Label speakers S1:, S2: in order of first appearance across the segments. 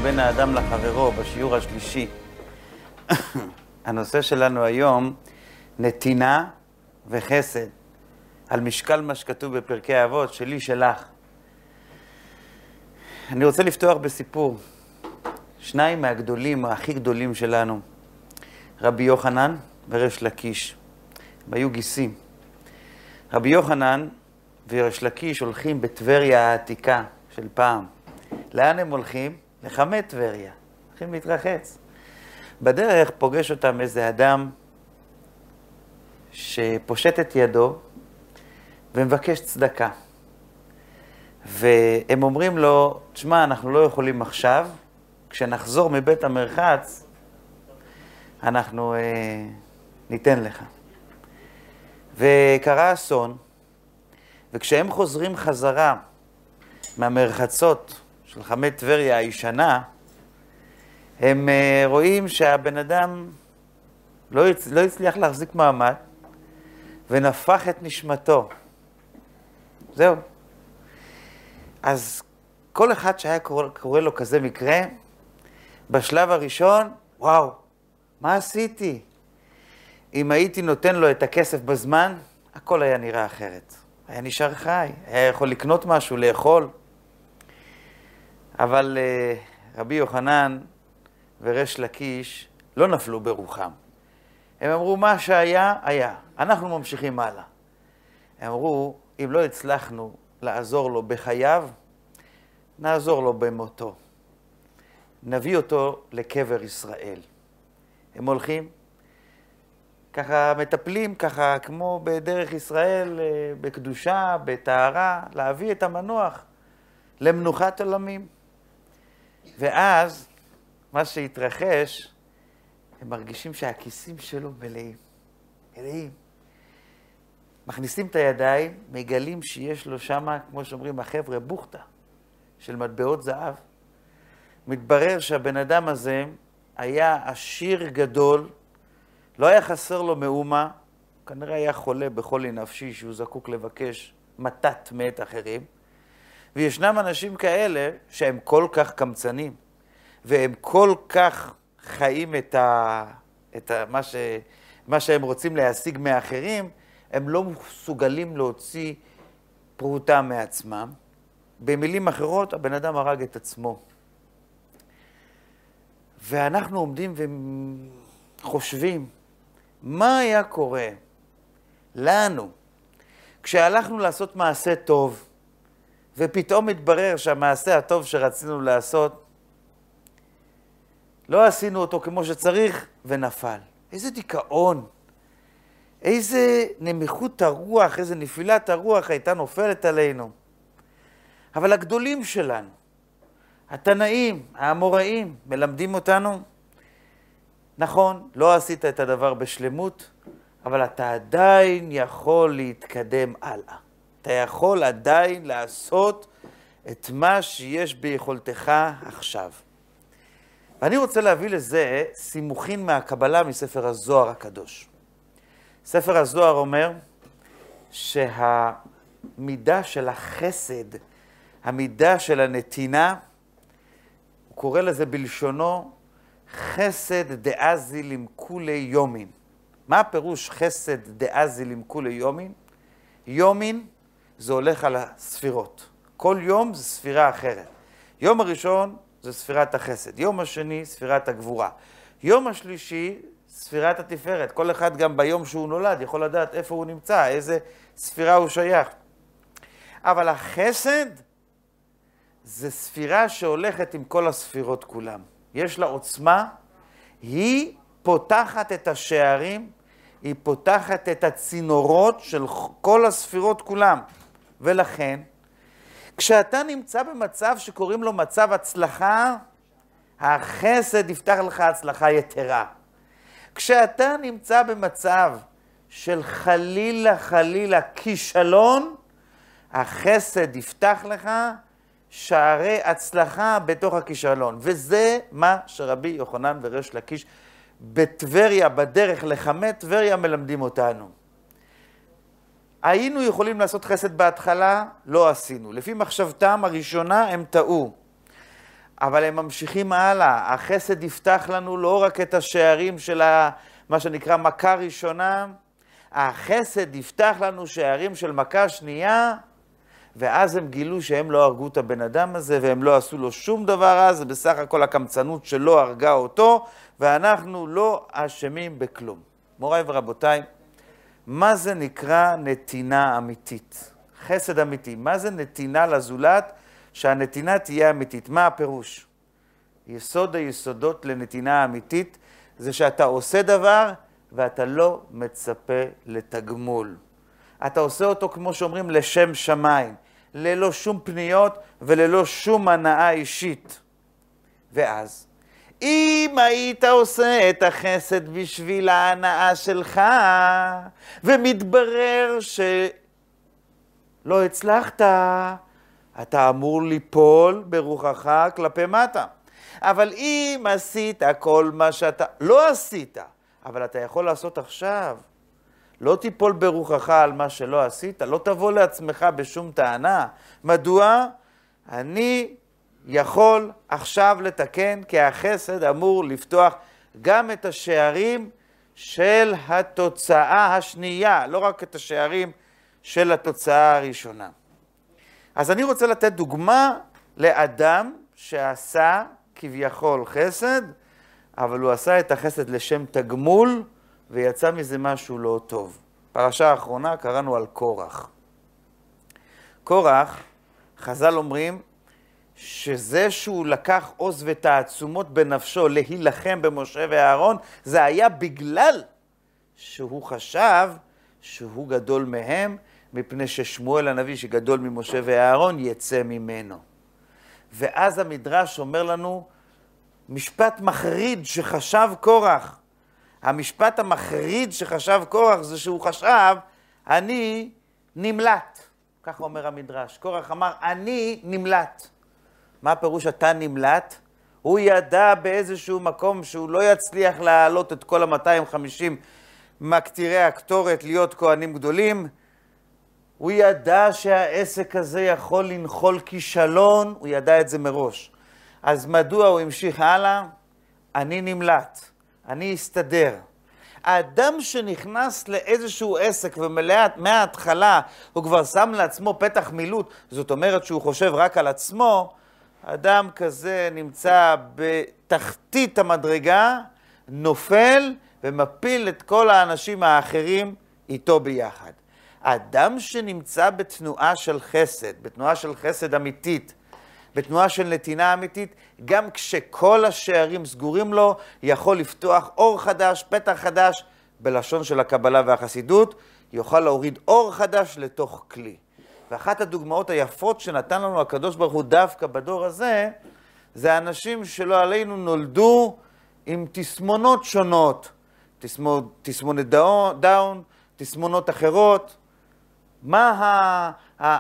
S1: בין האדם לחברו בשיעור השלישי. הנושא שלנו היום, נתינה וחסד, על משקל מה שכתוב בפרקי אבות, שלי שלך. אני רוצה לפתוח בסיפור. שניים מהגדולים, הכי גדולים שלנו, רבי יוחנן וריש לקיש. הם היו גיסים. רבי יוחנן וריש לקיש הולכים בטבריה העתיקה של פעם. לאן הם הולכים? לחמי טבריה. הולכים להתרחץ. בדרך פוגש אותם איזה אדם שפושט את ידו ומבקש צדקה. והם אומרים לו, תשמע, אנחנו לא יכולים עכשיו, כשנחזור מבית המרחץ, אנחנו ניתן לך. וקרה אסון, וכשהם חוזרים חזרה מהמרחצות של חמי טבריה הישנה, הם רואים שהבן אדם לא הצליח להחזיק מעמד, ונפח את נשמתו. זהו. אז כל אחד שהיה קורא לו כזה מקרה, בשלב הראשון, וואו, מה עשיתי? אם הייתי נותן לו את הכסף בזמן, הכל היה נראה אחרת. היה נשאר חי, היה יכול לקנות משהו, לאכול. אבל רבי יוחנן וריש לקיש לא נפלו ברוחם. הם אמרו, מה שהיה, היה. אנחנו ממשיכים הלאה. הם אמרו, אם לא הצלחנו לעזור לו בחייו, נעזור לו במותו. נביא אותו לקבר ישראל. הם הולכים, ככה מטפלים, ככה כמו בדרך ישראל, בקדושה, בטהרה, להביא את המנוח למנוחת עולמים. ואז, מה שהתרחש, הם מרגישים שהכיסים שלו מלאים. מלאים. מכניסים את הידיים, מגלים שיש לו שמה, כמו שאומרים החבר'ה, בוכתה של מטבעות זהב. מתברר שהבן אדם הזה היה עשיר גדול, לא היה חסר לו מאומה, כנראה היה חולה בחולי נפשי שהוא זקוק לבקש מתת מאת אחרים, וישנם אנשים כאלה שהם כל כך קמצנים, והם כל כך חיים מה שהם רוצים להשיג מאחרים, הם לא מסוגלים להוציא פרוטה מעצמם. במילים אחרות, הבן אדם הרג את עצמו. ואנחנו עומדים וחושבים, מה היה קורה לנו כשהלכנו לעשות מעשה טוב, ופתאום התברר שהמעשה הטוב שרצינו לעשות, לא עשינו אותו כמו שצריך ונפל. איזה דיכאון, איזה נמיכות הרוח, איזה נפילת הרוח הייתה נופלת עלינו. אבל הגדולים שלנו, התנאים, האמוראים, מלמדים אותנו, נכון, לא עשית את הדבר בשלמות, אבל אתה עדיין יכול להתקדם הלאה. אתה יכול עדיין לעשות את מה שיש ביכולתך עכשיו. ואני רוצה להביא לזה סימוכין מהקבלה מספר הזוהר הקדוש. ספר הזוהר אומר שהמידה של החסד, המידה של הנתינה, הוא קורא לזה בלשונו, חסד דאזי למכולי יומין. מה הפירוש חסד דאזי למכולי יומין? יומין זה הולך על הספירות. כל יום זה ספירה אחרת. יום הראשון זה ספירת החסד. יום השני ספירת הגבורה. יום השלישי ספירת התפארת. כל אחד גם ביום שהוא נולד יכול לדעת איפה הוא נמצא, איזה ספירה הוא שייך. אבל החסד זה ספירה שהולכת עם כל הספירות כולם. יש לה עוצמה, היא פותחת את השערים, היא פותחת את הצינורות של כל הספירות כולם. ולכן, כשאתה נמצא במצב שקוראים לו מצב הצלחה, החסד יפתח לך הצלחה יתרה. כשאתה נמצא במצב של חלילה כישלון, החסד יפתח לך שערי הצלחה בתוך הכישלון. וזה מה שרבי יוחנן וריש לקיש בטבריה, בדרך לחמי טבריה, מלמדים אותנו. היינו יכולים לעשות חסד בהתחלה, לא עשינו. לפי מחשבתם הראשונה הם טעו. אבל הם ממשיכים הלאה. החסד יפתח לנו לא רק את השערים של מה שנקרא מכה ראשונה, החסד יפתח לנו שערים של מכה שנייה, ואז הם גילו שהם לא הרגו את הבן אדם הזה, והם לא עשו לו שום דבר אז, זה בסך הכל הקמצנות שלא הרגה אותו, ואנחנו לא אשמים בכלום. מוריי ורבותיי, מה זה נקרא נתינה אמיתית? חסד אמיתי. מה זה נתינה לזולת? שהנתינה תהיה אמיתית. מה הפירוש? יסוד היסודות לנתינה אמיתית זה שאתה עושה דבר ואתה לא מצפה לתגמול. אתה עושה אותו כמו שאומרים לשם שמיים, ללא שום פניות וללא שום הנאה אישית. ואז, אם היית עושה את החסד בשביל ההנאה שלך, ומתברר שלא הצלחת, אתה אמור ליפול ברוחך כלפי מטה. אבל אם עשית כל מה שאתה לא עשית, אבל אתה יכול לעשות עכשיו, לא תיפול ברוחך על מה שלא עשית, לא תבוא לעצמך בשום טענה. מדוע? אני יכול עכשיו לתקן, כי החסד אמור לפתוח גם את השערים של התוצאה השנייה, לא רק את השערים של התוצאה הראשונה. אז אני רוצה לתת דוגמה לאדם שעשה כביכול חסד, אבל הוא עשה את החסד לשם תגמול, ויצא מזה משהו לא טוב. פרשה האחרונה קראנו על קורח. קורח, חז"ל אומרים, שזה שהוא לקח עוז ותעצומות בנפשו להילחם במשה ואהרון, זה היה בגלל שהוא חשב שהוא גדול מהם, מפני ששמואל הנביא שגדול ממשה ואהרון יצא ממנו. ואז המדרש אומר לנו, משפט מחריד שחשב קורח. המשפט המחריד שחשב קורח זה שהוא חשב, אני נמלט. ככה אומר המדרש. קורח אמר, אני נמלט. מה הפירוש אתה נמלט? הוא ידע באיזשהו מקום שהוא לא יצליח להעלות את כל ה-250 מקטירי הקטורת להיות כהנים גדולים. הוא ידע שהעסק הזה יכול לנחול כישלון, הוא ידע את זה מראש. אז מדוע הוא המשיך הלאה? אני נמלט, אני אסתדר. האדם שנכנס לאיזשהו עסק ומההתחלה הוא כבר שם לעצמו פתח מילוט, זאת אומרת שהוא חושב רק על עצמו, אדם כזה נמצא בתחתית המדרגה, נופל ומפיל את כל האנשים האחרים איתו ביחד. האדם שנמצא בתנועה של חסד, בתנועה של חסד אמיתית, בתנועה של נתינה אמיתית, גם כשכל השערים סגורים לו, יכול לפתוח אור חדש, פתח חדש, בלשון של הקבלה והחסידות, יוכל להוריד אור חדש לתוך כלי. ואחת הדוגמאות היפות שנתן לנו הקדוש ברוך הוא דווקא בדור הזה, זה האנשים שלא עלינו נולדו עם תסמונות שונות, תסמונת דאון, תסמונות אחרות. מה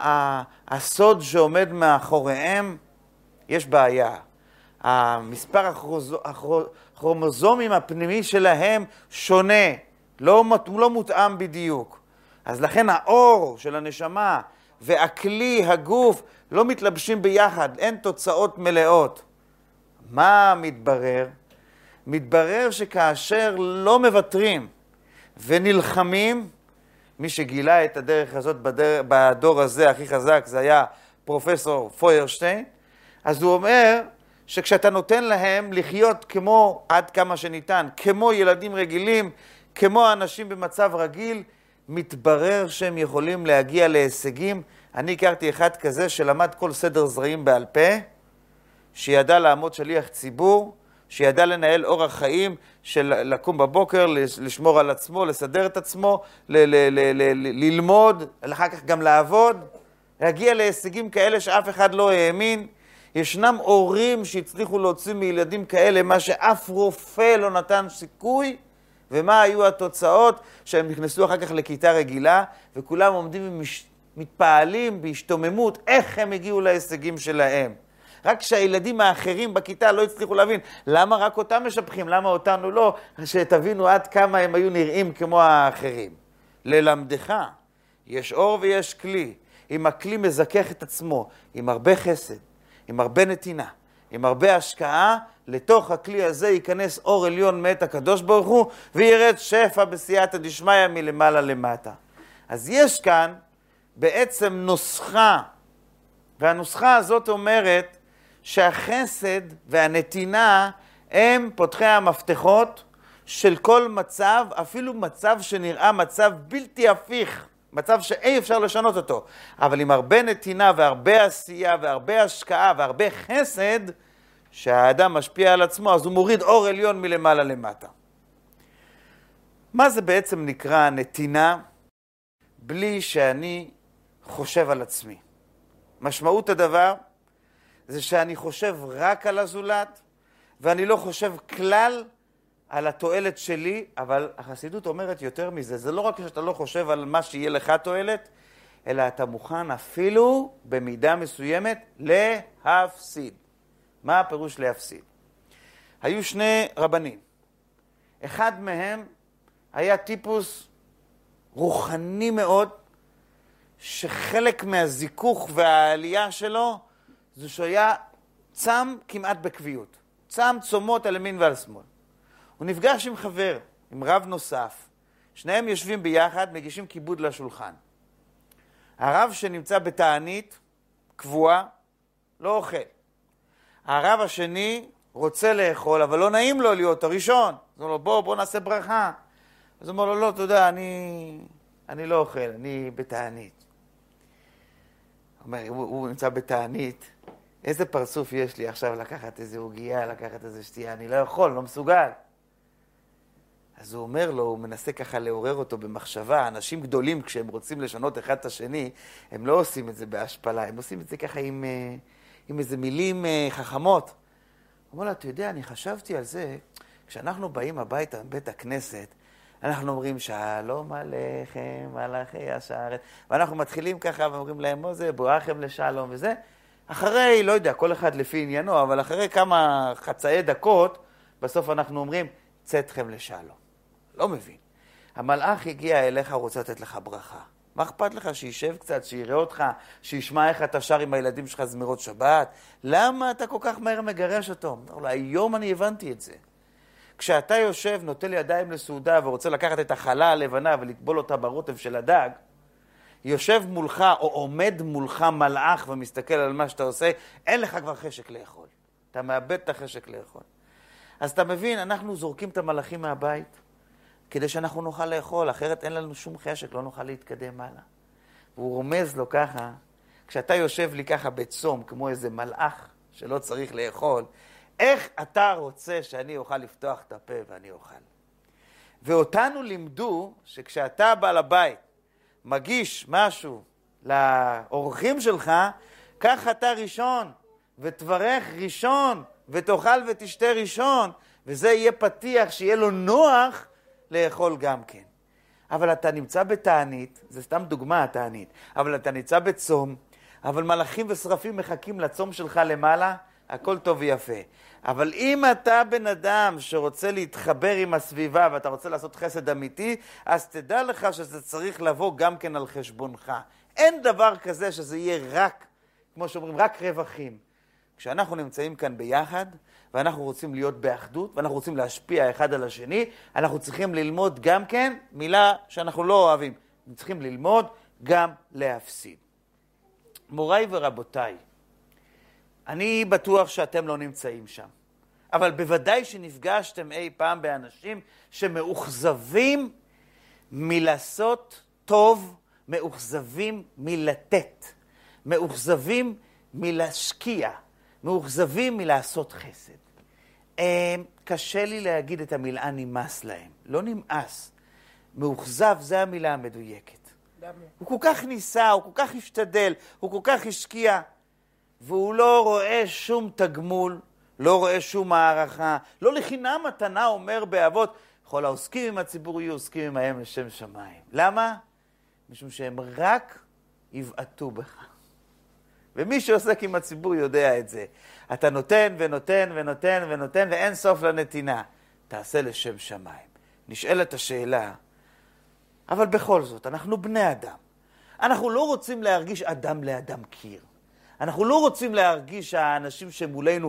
S1: הסוד שעומד מאחוריהם? יש בעיה. המספר הכרומוזומים הפנימי שלהם שונה, הוא לא מותאם בדיוק. אז לכן האור של הנשמה והכלי, הגוף, לא מתלבשים ביחד, אין תוצאות מלאות. מה מתברר? מתברר שכאשר לא מוותרים ונלחמים, מי שגילה את הדרך הזאת בדור הזה הכי חזק זה היה פרופסור פוירשטיין, אז הוא אומר שכשאתה נותן להם לחיות כמו עד כמה שניתן, כמו ילדים רגילים, כמו אנשים במצב רגיל, מתברר שהם יכולים להגיע להישגים. אני הכרתי אחד כזה שלמד כל סדר זרעים בעל פה, שידע לעמוד שליח ציבור, שידע לנהל אורח חיים של לקום בבוקר, לשמור על עצמו, לסדר את עצמו, ללמוד, אחר כך גם לעבוד, להגיע להישגים כאלה שאף אחד לא האמין. ישנם הורים שהצליחו להוציא מילדים כאלה מה שאף רופא לא נתן סיכוי, ומה היו התוצאות? שהם נכנסו אחר כך לכיתה רגילה, וכולם עומדים ומתפעלים בהשתוממות איך הם הגיעו להישגים שלהם. רק שהילדים האחרים בכיתה לא הצליחו להבין למה רק אותם משבחים, למה אותנו לא, שתבינו עד כמה הם היו נראים כמו האחרים. ללמדך, יש אור ויש כלי. אם הכלי מזכך את עצמו, עם הרבה חסד, עם הרבה נתינה, עם הרבה השקעה, לתוך הכלי הזה ייכנס אור עליון מאת הקדוש ברוך הוא, וירד שפע בסייעתא דשמיא מלמעלה למטה. אז יש כאן בעצם נוסחה, והנוסחה הזאת אומרת שהחסד והנתינה הם פותחי המפתחות של כל מצב, אפילו מצב שנראה מצב בלתי הפיך, מצב שאי אפשר לשנות אותו. אבל עם הרבה נתינה והרבה עשייה והרבה השקעה והרבה חסד, שהאדם משפיע על עצמו, אז הוא מוריד אור עליון מלמעלה למטה. מה זה בעצם נקרא נתינה בלי שאני חושב על עצמי? משמעות הדבר זה שאני חושב רק על הזולת, ואני לא חושב כלל על התועלת שלי, אבל החסידות אומרת יותר מזה. זה לא רק שאתה לא חושב על מה שיהיה לך תועלת, אלא אתה מוכן אפילו במידה מסוימת להפסיד. מה הפירוש להפסיד? היו שני רבנים. אחד מהם היה טיפוס רוחני מאוד, שחלק מהזיכוך והעלייה שלו זה שהיה צם כמעט בקביעות. צם צומות על ימין ועל שמאל. הוא נפגש עם חבר, עם רב נוסף. שניהם יושבים ביחד, מגישים כיבוד לשולחן. הרב שנמצא בתענית קבועה, לא אוכל. הרב השני רוצה לאכול, אבל לא נעים לו להיות הראשון. אז הוא אומר לו, בוא נעשה ברכה. אז הוא אומר לו, לא, אתה יודע, אני לא אוכל, אני בתענית. הוא נמצא בתענית, איזה פרצוף יש לי עכשיו לקחת איזה עוגיה, לקחת איזה שתייה, אני לא יכול, לא מסוגל. אז הוא אומר לו, הוא מנסה ככה לעורר אותו במחשבה, אנשים גדולים כשהם רוצים לשנות אחד את השני, הם לא עושים את זה בהשפלה, הם עושים את זה ככה עם איזה מילים חכמות. הוא אומר לו, אתה יודע, אני חשבתי על זה, כשאנחנו באים הביתה מבית הכנסת, אנחנו אומרים שלום עליכם, מלאכי השרת, ואנחנו מתחילים ככה ואומרים להם, מה זה, בואכם לשלום וזה. אחרי, לא יודע, כל אחד לפי עניינו, אבל אחרי כמה חצאי דקות, בסוף אנחנו אומרים, צאתכם לשלום. לא מבין. המלאך הגיע אליך, רוצה לתת לך ברכה. מה אכפת לך? שישב קצת, שיראה אותך, שישמע איך אתה שר עם הילדים שלך זמירות שבת. למה אתה כל כך מהר מגרש אותו? היום אני הבנתי את זה. כשאתה יושב, נוטל ידיים לסעודה ורוצה לקחת את החלה הלבנה ולקבול אותה ברוטב של הדג, יושב מולך או עומד מולך מלאך ומסתכל על מה שאתה עושה, אין לך כבר חשק לאכול. אתה מאבד את החשק לאכול. אז אתה מבין, אנחנו זורקים את המלאכים מהבית כדי שאנחנו נוכל לאכול, אחרת אין לנו שום חשק, לא נוכל להתקדם הלאה. והוא רומז לו ככה, כשאתה יושב לי ככה בצום, כמו איזה מלאך שלא צריך לאכול, איך אתה רוצה שאני אוכל לפתוח את הפה ואני אוכל? ואותנו לימדו שכשאתה בא לבית, מגיש משהו לאורחים שלך, כך אתה ראשון, ותברך ראשון, ותאכל ותשתה ראשון, וזה יהיה פתיח שיהיה לו נוח לאכול גם כן. אבל אתה נמצא בתענית, זה סתם דוגמה התענית, אבל אתה נמצא בצום, אבל מלאכים ושרפים מחכים לצום שלך למעלה, הכל טוב ויפה. אבל אם אתה בן אדם שרוצה להתחבר עם הסביבה ואתה רוצה לעשות חסד אמיתי, אז תדע לך שזה צריך לבוא גם כן על חשבונך. אין דבר כזה שזה יהיה רק, כמו שאומרים, רק רווחים. כשאנחנו נמצאים כאן ביחד, ואנחנו רוצים להיות באחדות, ואנחנו רוצים להשפיע אחד על השני, אנחנו צריכים ללמוד גם כן מילה שאנחנו לא אוהבים. אנחנו צריכים ללמוד גם להפסיד. מוריי ורבותיי, אני בטוח שאתם לא נמצאים שם, אבל בוודאי שנפגשתם אי פעם באנשים שמאוכזבים מלעשות טוב, מאוכזבים מלתת, מאוכזבים מלהשקיע, מאוכזבים מלעשות חסד. קשה לי להגיד את המילה נמאס להם. לא נמאס. מאוכזב זה המילה המדויקת. הוא כל כך ניסה, הוא כל כך השתדל, הוא כל כך השקיע, והוא לא רואה שום תגמול, לא רואה שום הערכה. לא לחינם התנא אומר באבות, כל העוסקים עם הציבור יהיו עוסקים עמהם לשם שמיים. למה? משום שהם רק יבעטו בך. ומי שעוסק עם הציבור יודע את זה. אתה נותן ונותן ונותן ונותן ואין סוף לנתינה. תעשה לשם שמיים. נשאלת השאלה, אבל בכל זאת, אנחנו בני אדם. אנחנו לא רוצים להרגיש אדם לאדם קיר. אנחנו לא רוצים להרגיש שהאנשים שמולנו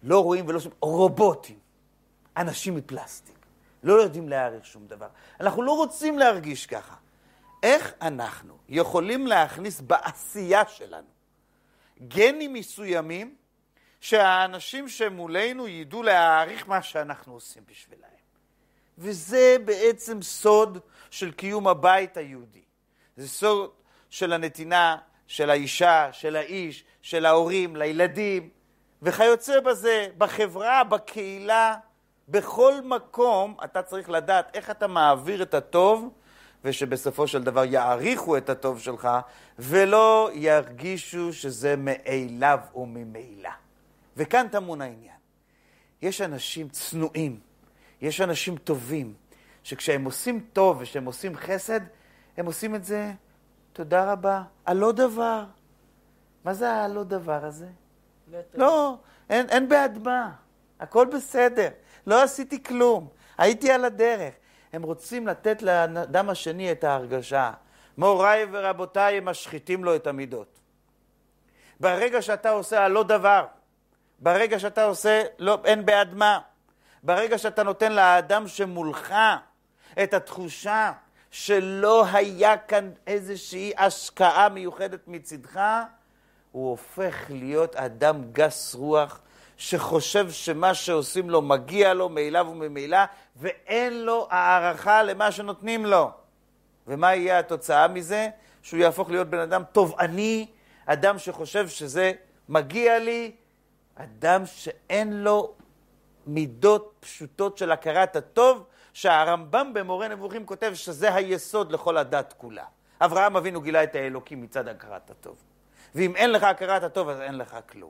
S1: לא רואים ולא שומעים, רובוטים, אנשים מפלסטיק, לא יודעים להעריך שום דבר. אנחנו לא רוצים להרגיש ככה. איך אנחנו יכולים להכניס בעשייה שלנו גנים מסוימים שהאנשים שמולנו ידעו להעריך מה שאנחנו עושים בשבילהם? וזה בעצם סוד של קיום הבית היהודי. זה סוד של הנתינה, של האישה, של האיש, של ההורים, לילדים, וכיוצא בזה, בחברה, בקהילה, בכל מקום אתה צריך לדעת איך אתה מעביר את הטוב, ושבסופו של דבר יעריכו את הטוב שלך, ולא ירגישו שזה מאליו וממילא. וכאן טמון העניין. יש אנשים צנועים, יש אנשים טובים, שכשהם עושים טוב ושהם עושים חסד, הם עושים את זה, תודה רבה, הלא דבר. מה זה הלא דבר הזה? לא, אין בעד מה, הכל בסדר, לא עשיתי כלום, הייתי על הדרך. הם רוצים לתת לאדם השני את ההרגשה. מוריי ורבותיי, הם משחיתים לו את המידות. ברגע שאתה עושה הלא דבר, ברגע שאתה עושה אין בעד מה, ברגע שאתה נותן לאדם שמולך את התחושה שלא היה כאן איזושהי השקעה מיוחדת מצדך, הוא הופך להיות אדם גס רוח, שחושב שמה שעושים לו מגיע לו מאליו וממילא, ואין לו הערכה למה שנותנים לו. ומה יהיה התוצאה מזה? שהוא יהפוך להיות בן אדם תובעני, אדם שחושב שזה מגיע לי, אדם שאין לו מידות פשוטות של הכרת הטוב, שהרמב"ם במורה נבוכים כותב שזה היסוד לכל הדת כולה. אברהם אבינו גילה את האלוקים מצד הכרת הטוב. ואם אין לך הכרת הטוב, אז אין לך כלום.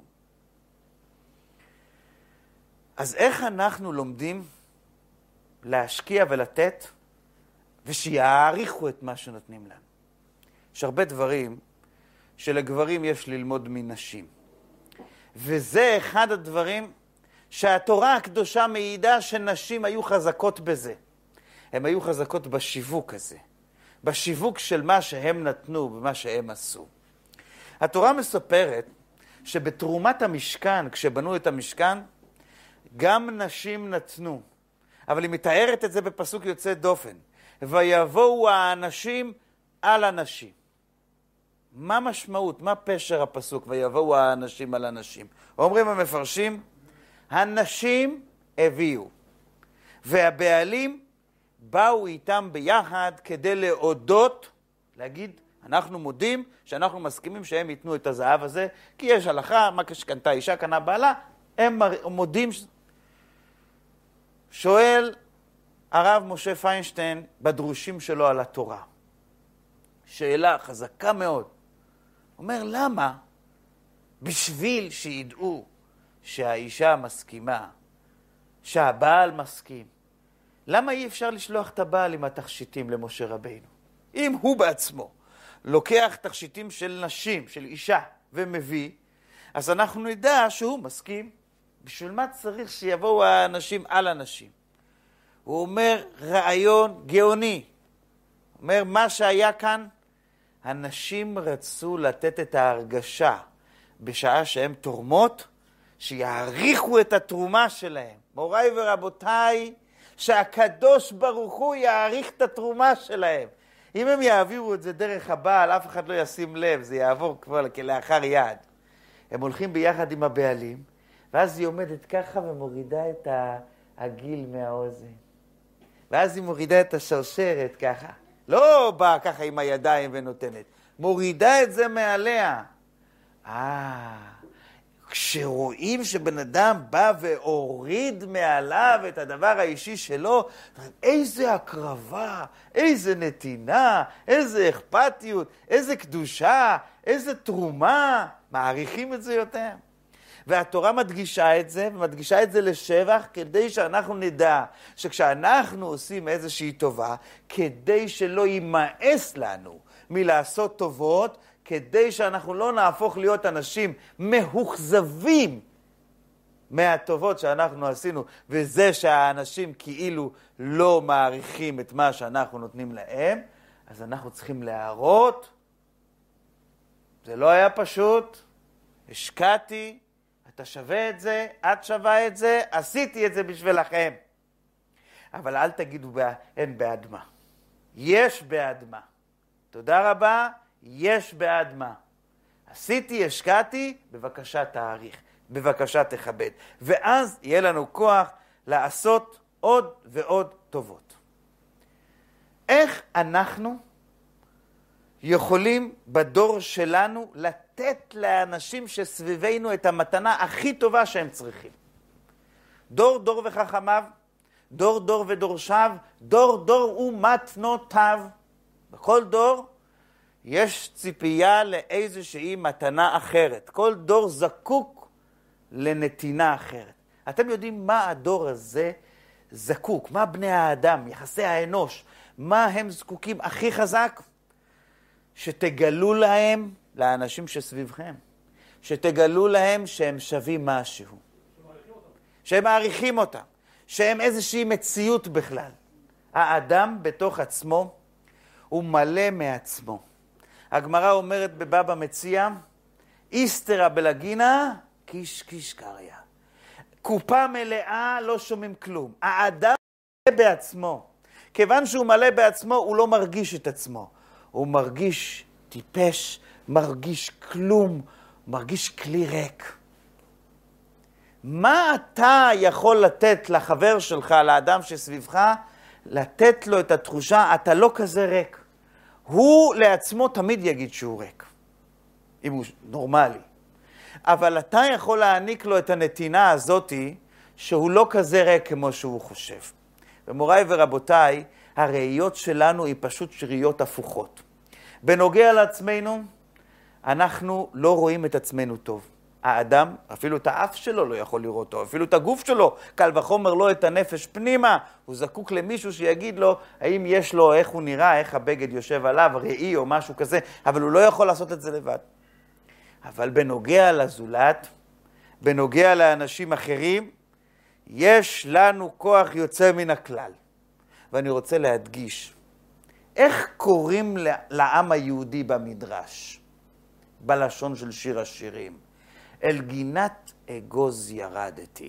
S1: אז איך אנחנו לומדים להשקיע ולתת, ושיעריכו את מה שנותנים לנו? יש הרבה דברים שלגברים יש ללמוד מנשים. וזה אחד הדברים שהתורה הקדושה מעידה שנשים היו חזקות בזה. הן היו חזקות בשיווק הזה. בשיווק של מה שהם נתנו ומה שהם עשו. התורה מספרת שבתרומת המשכן, כשבנו את המשכן, גם נשים נתנו. אבל היא מתארת את זה בפסוק יוצא דופן. ויבואו האנשים על הנשים. מה משמעות? מה פשר הפסוק? ויבואו האנשים על הנשים. אומרים המפרשים, הנשים הביאו, והבעלים באו איתם ביחד כדי להודות, להגיד, אנחנו מודים שאנחנו מסכימים שהם ייתנו את הזהב הזה, כי יש הלכה, מה שקנתה אישה, קנה בעלה, הם מודים. שואל הרב משה פיינשטיין בדרושים שלו על התורה. שאלה חזקה מאוד. אומר, למה? בשביל שידעו שהאישה מסכימה, שהבעל מסכים. למה אי אפשר לשלוח את הבעל עם התכשיטים למשה רבינו? אם הוא בעצמו לוקח תכשיטים של נשים, של אישה, ומביא, אז אנחנו נדע שהוא מסכים. בשביל מה צריך שיבואו האנשים על הנשים? הוא אומר רעיון גאוני. הוא אומר מה שהיה כאן, הנשים רצו לתת את ההרגשה בשעה שהן תורמות, שיעריכו את התרומה שלהם. מוריי ורבותיי, שהקדוש ברוך הוא יעריך את התרומה שלהם. אם הם יעבירו את זה דרך הבעל, אף אחד לא ישים לב, זה יעבור כבר כלאחר יד. הם הולכים ביחד עם הבעלים, ואז היא עומדת ככה ומורידה את הגיל מהאוזן. ואז היא מורידה את השרשרת ככה. לא באה ככה עם הידיים ונותנת. מורידה את זה מעליה. כשרואים שבן אדם בא והוריד מעליו את הדבר האישי שלו, איזה הקרבה, איזה נתינה, איזה אכפתיות, איזה קדושה, איזה תרומה. מעריכים את זה יותר. והתורה מדגישה את זה, ומדגישה את זה לשבח, כדי שאנחנו נדע שכשאנחנו עושים איזושהי טובה, כדי שלא יימאס לנו מלעשות טובות, כדי שאנחנו לא נהפוך להיות אנשים מאוכזבים מהטובות שאנחנו עשינו, וזה שהאנשים כאילו לא מעריכים את מה שאנחנו נותנים להם, אז אנחנו צריכים להראות, זה לא היה פשוט, השקעתי, אתה שווה את זה, את שווה את זה, עשיתי את זה בשבילכם. אבל אל תגידו אין בעד מה. יש בעד מה. תודה רבה, יש בעד מה. עשיתי, השקעתי, בבקשה תעריך, בבקשה תכבד. ואז יהיה לנו כוח לעשות עוד ועוד טובות. איך אנחנו יכולים בדור שלנו לתת לאנשים שסביבנו את המתנה הכי טובה שהם צריכים? דור דור וחכמיו, דור דור ודורשיו, דור דור ומתנותיו. בכל דור יש ציפייה לאיזושהי מתנה אחרת. כל דור זקוק לנתינה אחרת. אתם יודעים מה הדור הזה זקוק? מה בני האדם, יחסי האנוש, מה הם זקוקים הכי חזק? שתגלו להם, לאנשים שסביבכם, שתגלו להם שהם שווים משהו. שהם מעריכים אותם. שהם איזושהי מציאות בכלל. האדם בתוך עצמו הוא מלא מעצמו. הגמרא אומרת בבבא מציעא, איסתרא בלגינה, קיש קיש קריא. קופה מלאה, לא שומעים כלום. האדם מלא בעצמו. כיוון שהוא מלא בעצמו, הוא לא מרגיש את עצמו. הוא מרגיש טיפש, מרגיש כלום, מרגיש כלי ריק. מה אתה יכול לתת לחבר שלך, לאדם שסביבך, לתת לו את התחושה, אתה לא כזה ריק. הוא לעצמו תמיד יגיד שהוא ריק, אם הוא נורמלי. אבל אתה יכול להעניק לו את הנתינה הזאת, שהוא לא כזה ריק כמו שהוא חושב. ומוריי ורבותיי, הראיות שלנו היא פשוט ראיות הפוכות. בנוגע לעצמנו, אנחנו לא רואים את עצמנו טוב. האדם, אפילו את האף שלו לא יכול לראות טוב, אפילו את הגוף שלו, קל וחומר לא את הנפש פנימה. הוא זקוק למישהו שיגיד לו האם יש לו, איך הוא נראה, איך הבגד יושב עליו, ראי או משהו כזה, אבל הוא לא יכול לעשות את זה לבד. אבל בנוגע לזולת, בנוגע לאנשים אחרים, יש לנו כוח יוצא מן הכלל. ואני רוצה להדגיש, איך קוראים לעם היהודי במדרש? בלשון של שיר השירים. אל גינת אגוז ירדתי.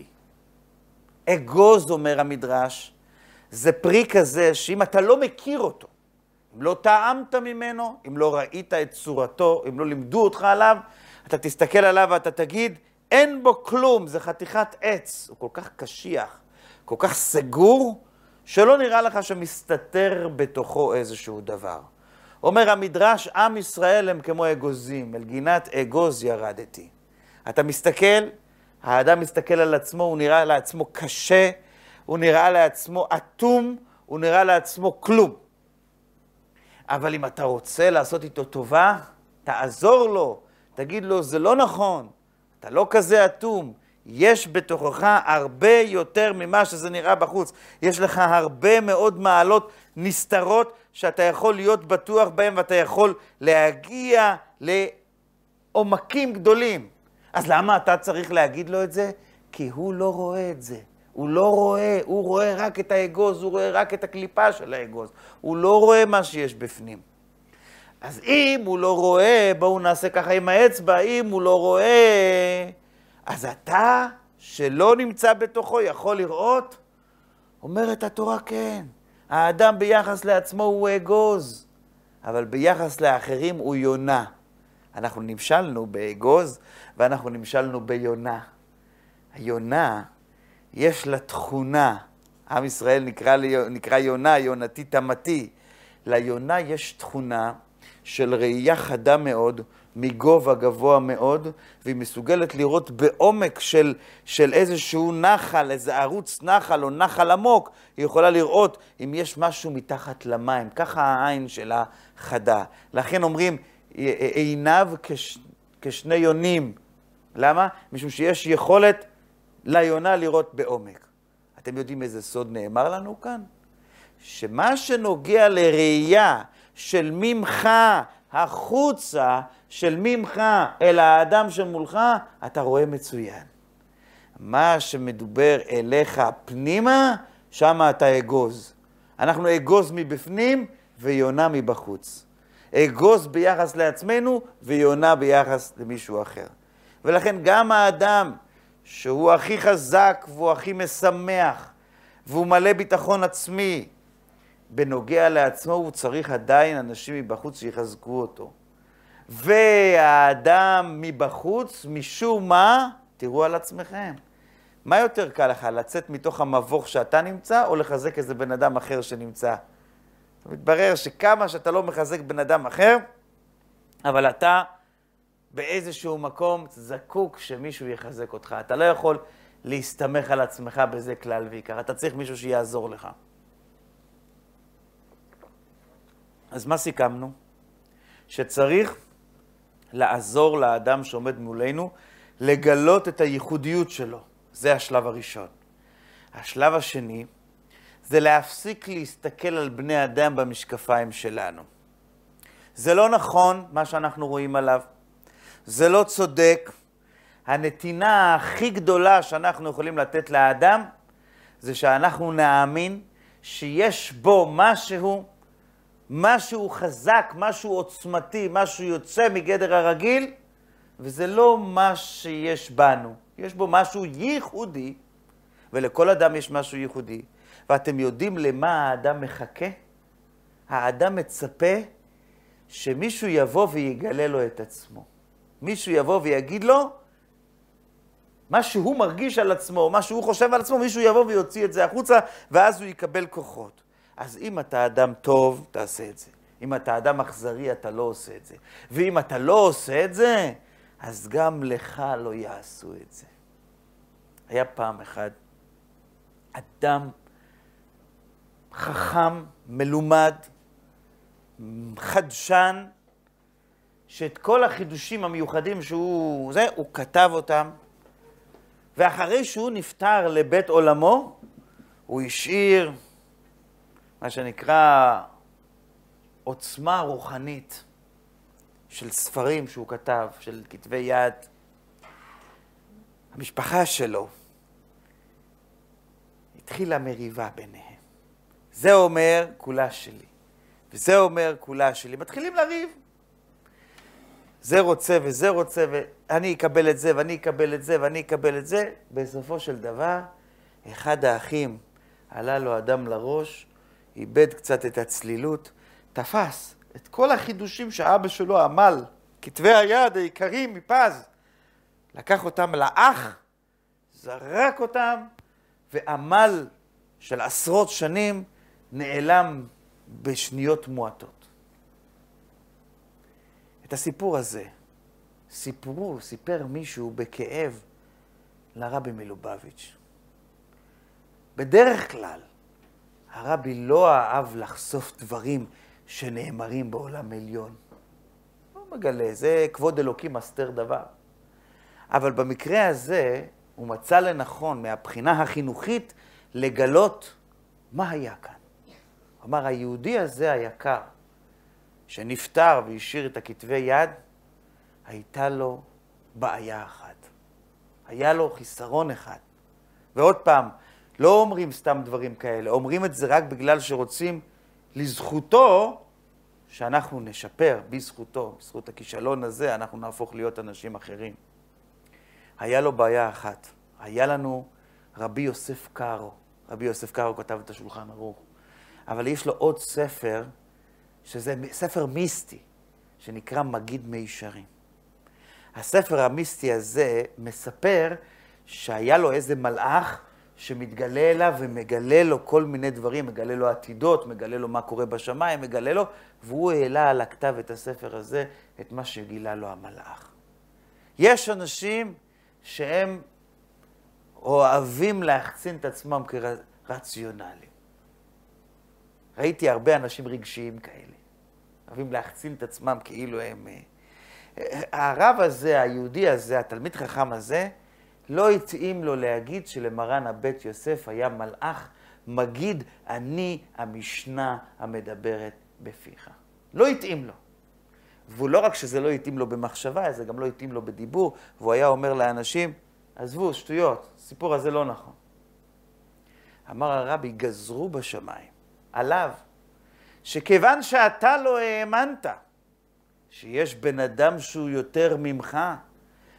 S1: אגוז, אומר המדרש, זה פרי כזה שאם אתה לא מכיר אותו, אם לא טעמת ממנו, אם לא ראית את צורתו, אם לא לימדו אותך עליו, אתה תסתכל עליו ואתה תגיד, אין בו כלום, זה חתיכת עץ. הוא כל כך קשיח, כל כך סגור, שלא נראה לך שמסתתר בתוכו איזשהו דבר. אומר המדרש, עם ישראל הם כמו אגוזים, אל גינת אגוז ירדתי. אתה מסתכל, האדם מסתכל על עצמו, הוא נראה לעצמו קשה, הוא נראה לעצמו אטום, הוא נראה לעצמו כלום. אבל אם אתה רוצה לעשות איתו טובה, תעזור לו, תגיד לו, זה לא נכון, אתה לא כזה אטום, יש בתוכך הרבה יותר ממה שזה נראה בחוץ. יש לך הרבה מאוד מעלות נסתרות שאתה יכול להיות בטוח בהם, ואתה יכול להגיע לעומקים גדולים. אז למה אתה צריך להגיד לו את זה? כי הוא לא רואה את זה. הוא לא רואה, הוא רואה רק את האגוז, הוא רואה רק את הקליפה של האגוז. הוא לא רואה מה שיש בפנים. אז אם הוא לא רואה, בואו נעשה ככה עם האצבע, אם הוא לא רואה, אז אתה שלא נמצא בתוכו יכול לראות? אומרת התורה כן. האדם ביחס לעצמו הוא אגוז, אבל ביחס לאחרים הוא יונה. אנחנו נמשלנו באגוז ואנחנו נמשלנו ביונה. היונה יש לה תכונה, עם ישראל נקרא יונה, יונתי תמתי. ליונה יש תכונה של ראייה חדה מאוד, מגובה גבוה מאוד, והיא מסוגלת לראות בעומק של איזשהו נחל, איזה ערוץ נחל או נחל עמוק, היא יכולה לראות אם יש משהו מתחת למים, ככה העין שלה חדה. לכן אומרים, עיניו כשני יונים. למה? משום שיש יכולת ליונה לראות בעומק. אתם יודעים איזה סוד נאמר לנו כאן? שמה שנוגע לראייה של ממך החוצה, של ממך אל האדם שמולך, אתה רואה מצוין. מה שמדובר אליך פנימה, שם אתה אגוז. אנחנו אגוז מבפנים ויונה מבחוץ. אגוז ביחס לעצמנו ויונה ביחס למישהו אחר. ולכן גם האדם שהוא הכי חזק והוא הכי משמח והוא מלא ביטחון עצמי, בנוגע לעצמו הוא צריך עדיין אנשים מבחוץ שיחזקו אותו. והאדם מבחוץ, משום מה, תראו על עצמכם. מה יותר קל לך, לצאת מתוך המבוך שאתה נמצא, או לחזק איזה בן אדם אחר שנמצא? מתברר שכמה שאתה לא מחזק בן אדם אחר, אבל אתה באיזשהו מקום זקוק שמישהו יחזק אותך. אתה לא יכול להסתמך על עצמך בזה כלל ועיקר. אתה צריך מישהו שיעזור לך. אז מה סיכמנו? שצריך לעזור לאדם שעומד מולנו, לגלות את הייחודיות שלו. זה השלב הראשון. השלב השני, זה להפסיק להסתכל על בני אדם במשקפיים שלנו. זה לא נכון מה שאנחנו רואים עליו. זה לא צודק. הנתינה הכי גדולה שאנחנו יכולים לתת לאדם, זה שאנחנו נאמין שיש בו משהו חזק, משהו עוצמתי, משהו יוצא מגדר הרגיל, וזה לא מה שיש בנו. יש בו משהו ייחודי, ולכל אדם יש משהו ייחודי. ואתם יודעים למה האדם מחכה? האדם מצפה שמישהו יבוא ויגלה לו את עצמו. מישהו יבוא ויגיד לו מה שהוא מרגיש על עצמו, מה שהוא חושב על עצמו, מישהו יבוא ויוציא את זה החוצה, ואז הוא יקבל כוחות. אז אם אתה אדם טוב, תעשה את זה. אם אתה אדם אכזרי, אתה לא עושה את זה. ואם אתה לא עושה את זה, אז גם לך לא יעשו את זה. היה פעם אחד אדם חכם, מלומד, חדשן, שאת כל החידושים המיוחדים הוא כתב אותם, ואחרי שהוא נפטר לבית עולמו, הוא השאיר מה שנקרא עוצמה רוחנית של ספרים שהוא כתב, של כתבי יד. המשפחה שלו התחילה מריבה ביניהם. זה אומר כולה שלי, וזה אומר כולה שלי. מתחילים לריב. זה רוצה וזה רוצה, ואני אקבל את זה, ואני אקבל את זה, ואני אקבל את זה. בסופו של דבר, אחד האחים עלה לו אדם לראש, איבד קצת את הצלילות, תפס את כל החידושים שאבא שלו עמל, כתבי היד העיקריים מפז, לקח אותם לאח, זרק אותם, ועמל של עשרות שנים נעלם בשניות מועטות. את הסיפור הזה סיפר מישהו בכאב לרבי מלובביץ'. בדרך כלל, הרבי לא אהב לחשוף דברים שנאמרים בעולם עליון. לא מגלה, זה כבוד אלוקים מסתר דבר. אבל במקרה הזה, הוא מצא לנכון מהבחינה החינוכית לגלות מה היה כאן. הוא אמר, היהודי הזה היקר, שנפטר והשאיר את הכתבי יד, הייתה לו בעיה אחת. היה לו חיסרון אחד. ועוד פעם, לא אומרים סתם דברים כאלה, אומרים את זה רק בגלל שרוצים לזכותו, שאנחנו נשפר בזכותו, בזכות הכישלון הזה, אנחנו נהפוך להיות אנשים אחרים. היה לו בעיה אחת. היה לנו רבי יוסף קארו. רבי יוסף קארו כתב את השולחן ערוך. אבל יש לו עוד ספר, שזה ספר מיסטי, שנקרא מגיד מישרים. הספר המיסטי הזה מספר שהיה לו איזה מלאך שמתגלה אליו ומגלה לו כל מיני דברים, מגלה לו עתידות, מגלה לו מה קורה בשמיים, מגלה לו, והוא העלה על הכתב את הספר הזה, את מה שגילה לו המלאך. יש אנשים שהם אוהבים להחצין את עצמם כרציונליים. ראיתי הרבה אנשים רגשיים כאלה. אוהבים להחצין את עצמם כאילו הם... הרב הזה, היהודי הזה, התלמיד חכם הזה, לא התאים לו להגיד שלמרן הבית יוסף היה מלאך מגיד אני המשנה המדברת בפיך. לא התאים לו. והוא לא רק שזה לא התאים לו במחשבה, זה גם לא התאים לו בדיבור, והוא היה אומר לאנשים, עזבו, שטויות, הסיפור הזה לא נכון. אמר הרבי, גזרו בשמיים עליו, שכיוון שאתה לא האמנת שיש בן אדם שהוא יותר ממך,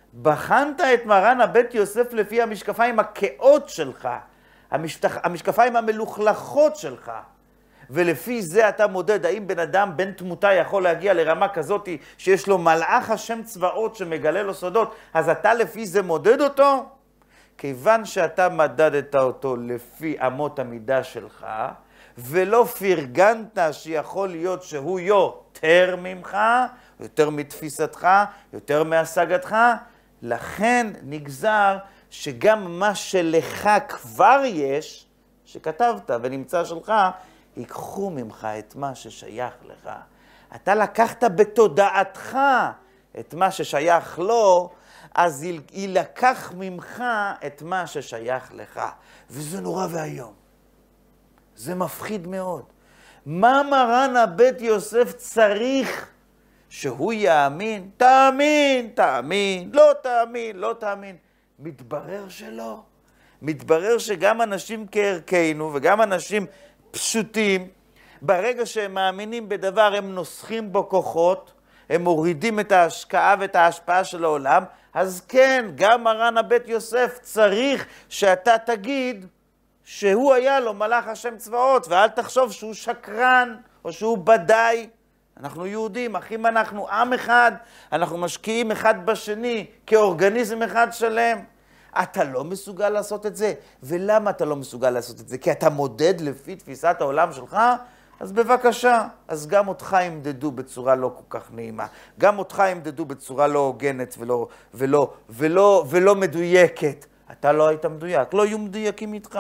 S1: בחנת את מרן הבית יוסף לפי המשקפיים הכאות שלך, המשקפיים המלוכלכות שלך, ולפי זה אתה מודד האם בן אדם בן תמותה יכול להגיע לרמה כזאת שיש לו מלאך השם צבאות שמגלה לו סודות, אז אתה לפי זה מודד אותו? כיוון שאתה מדדת אותו לפי אמות המידה שלך, ולא פרגנת שיכול להיות שהוא יותר ממך, יותר מתפיסתך, יותר מהשגתך, לכן נגזר שגם מה שלך כבר יש, שכתבת ונמצא שלך, ייקחו ממך את מה ששייך לך. אתה לקחת בתודעתך את מה ששייך לו, אז יילקח ממך את מה ששייך לך. וזה נורא והיום. זה מפחיד מאוד. מה מרן הבית יוסף צריך שהוא יאמין? תאמין, תאמין, לא תאמין, לא תאמין. מתברר שלא. מתברר שגם אנשים כערכנו וגם אנשים פשוטים, ברגע שהם מאמינים בדבר הם נוסחים בו כוחות, הם מורידים את ההשקעה ואת ההשפעה של העולם, אז כן, גם מרן הבית יוסף צריך שאתה תגיד שהוא היה לו מלאך השם צבאות, ואל תחשוב שהוא שקרן או שהוא בדאי. אנחנו יהודים, אחים אנחנו, עם אחד, אנחנו משקיעים אחד בשני כאורגניזם אחד שלם. אתה לא מסוגל לעשות את זה. ולמה אתה לא מסוגל לעשות את זה? כי אתה מודד לפי תפיסת העולם שלך? אז בבקשה, אז גם אותך ימדדו בצורה לא כל כך נעימה. גם אותך ימדדו בצורה לא הוגנת ולא מדויקת. אתה לא היית מדויק, לא יהיו מדויקים איתך.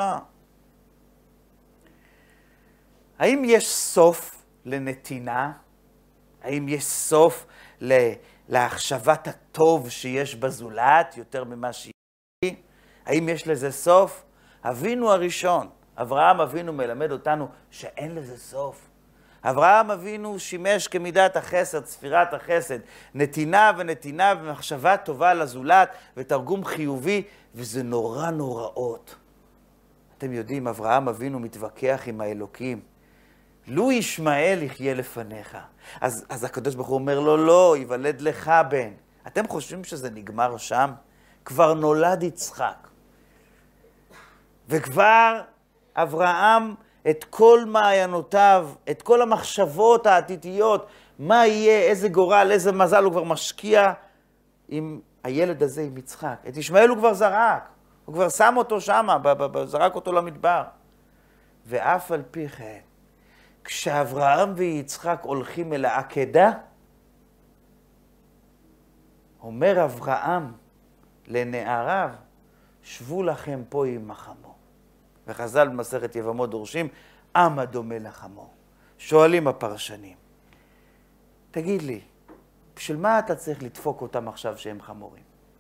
S1: האם יש סוף לנתינה? האם יש סוף להחשבת הטוב שיש בזולת יותר ממה שהיא? האם יש לזה סוף? אבינו הראשון, אברהם אבינו מלמד אותנו שאין לזה סוף. אברהם אבינו שימש כמידת החסד, ספירת החסד, נתינה ונתינה ומחשבה טובה לזולת ותרגום חיובי, וזה נורא נוראות. אתם יודעים, אברהם אבינו מתווכח עם האלוקים. לו ישמעאל יחיה לפניך. אז הקדוש ברוך הוא אומר לו, לא, ייוולד לך בן. אתם חושבים שזה נגמר שם? כבר נולד יצחק. וכבר אברהם את כל מעיינותיו, את כל המחשבות העתידיות, מה יהיה, איזה גורל, איזה מזל הוא כבר משקיע עם הילד הזה, עם יצחק. את ישמעאל הוא כבר זרק, הוא כבר שם אותו שם, זרק אותו למדבר. ואף על פי כן, כשאברהם ויצחק הולכים אל העקדה, אומר אברהם לנעריו, שבו לכם פה עם החמור. וחז"ל במסכת יבמות דורשים, עם הדומה לחמור. שואלים הפרשנים, תגיד לי, בשביל מה אתה צריך לדפוק אותם עכשיו שהם חמורים?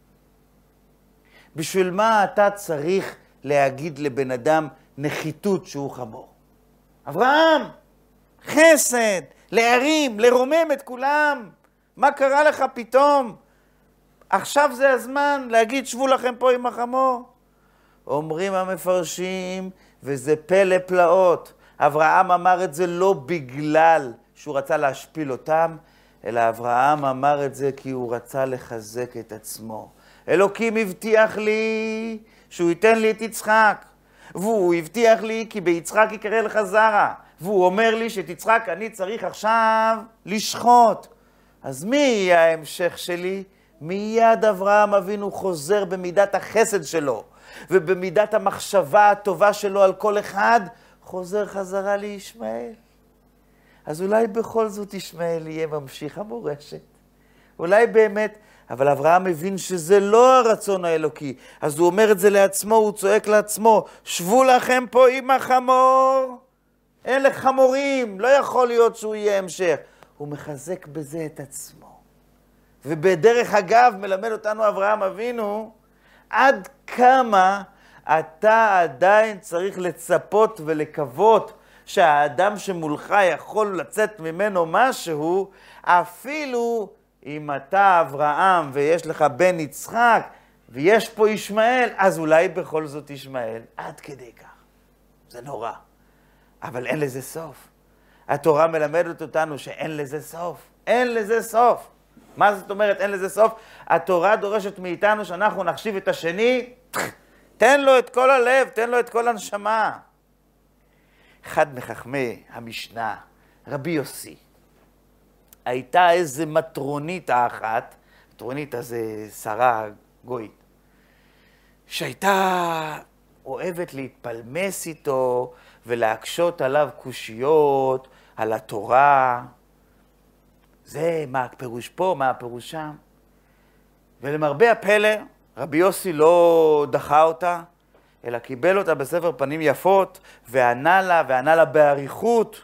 S1: בשביל מה אתה צריך להגיד לבן אדם נחיתות שהוא חמור? אברהם, חסד, להרים, לרומם את כולם. מה קרה לך פתאום? עכשיו זה הזמן להגיד שבו לכם פה עם החמור. אומרים המפרשים, וזה פלא פלאות. אברהם אמר את זה לא בגלל שהוא רצה להשפיל אותם, אלא אברהם אמר את זה כי הוא רצה לחזק את עצמו. אלוקים הבטיח לי שהוא ייתן לי את יצחק, והוא הבטיח לי כי ביצחק יקרא לך זרע, והוא אומר לי שאת יצחק אני צריך עכשיו לשחוט. אז מי יהיה ההמשך שלי? מיד אברהם אבינו חוזר במידת החסד שלו, ובמידת המחשבה הטובה שלו על כל אחד, חוזר חזרה לישמעאל. אז אולי בכל זאת ישמעאל יהיה ממשיך המורשת. אולי באמת, אבל אברהם מבין שזה לא הרצון האלוקי. אז הוא אומר את זה לעצמו, הוא צועק לעצמו, שבו לכם פה עם החמור. אין לך חמורים, לא יכול להיות שהוא יהיה המשך. הוא מחזק בזה את עצמו. ובדרך אגב מלמד אותנו אברהם אבינו, עד כמה אתה עדיין צריך לצפות ולקוות שהאדם שמולך יכול לצאת ממנו משהו, אפילו אם אתה אברהם ויש לך בן יצחק ויש פה ישמעאל, אז אולי בכל זאת ישמעאל. עד כדי כך. זה נורא. אבל אין לזה סוף. התורה מלמדת אותנו שאין לזה סוף. אין לזה סוף. מה זאת אומרת אין לזה סוף? התורה דורשת מאיתנו שאנחנו נחשיב את השני, תן לו את כל הלב, תן לו את כל הנשמה. אחד מחכמי המשנה, רבי יוסי, הייתה איזה מטרונית האחת, מטרונית הזה שרה גויית, שהייתה אוהבת להתפלמס איתו ולהקשות עליו קושיות על התורה. זה מה הפירוש פה, מה הפירוש שם. ולמרבה הפלא, רבי יוסי לא דחה אותה, אלא קיבל אותה בספר פנים יפות, וענה לה באריכות.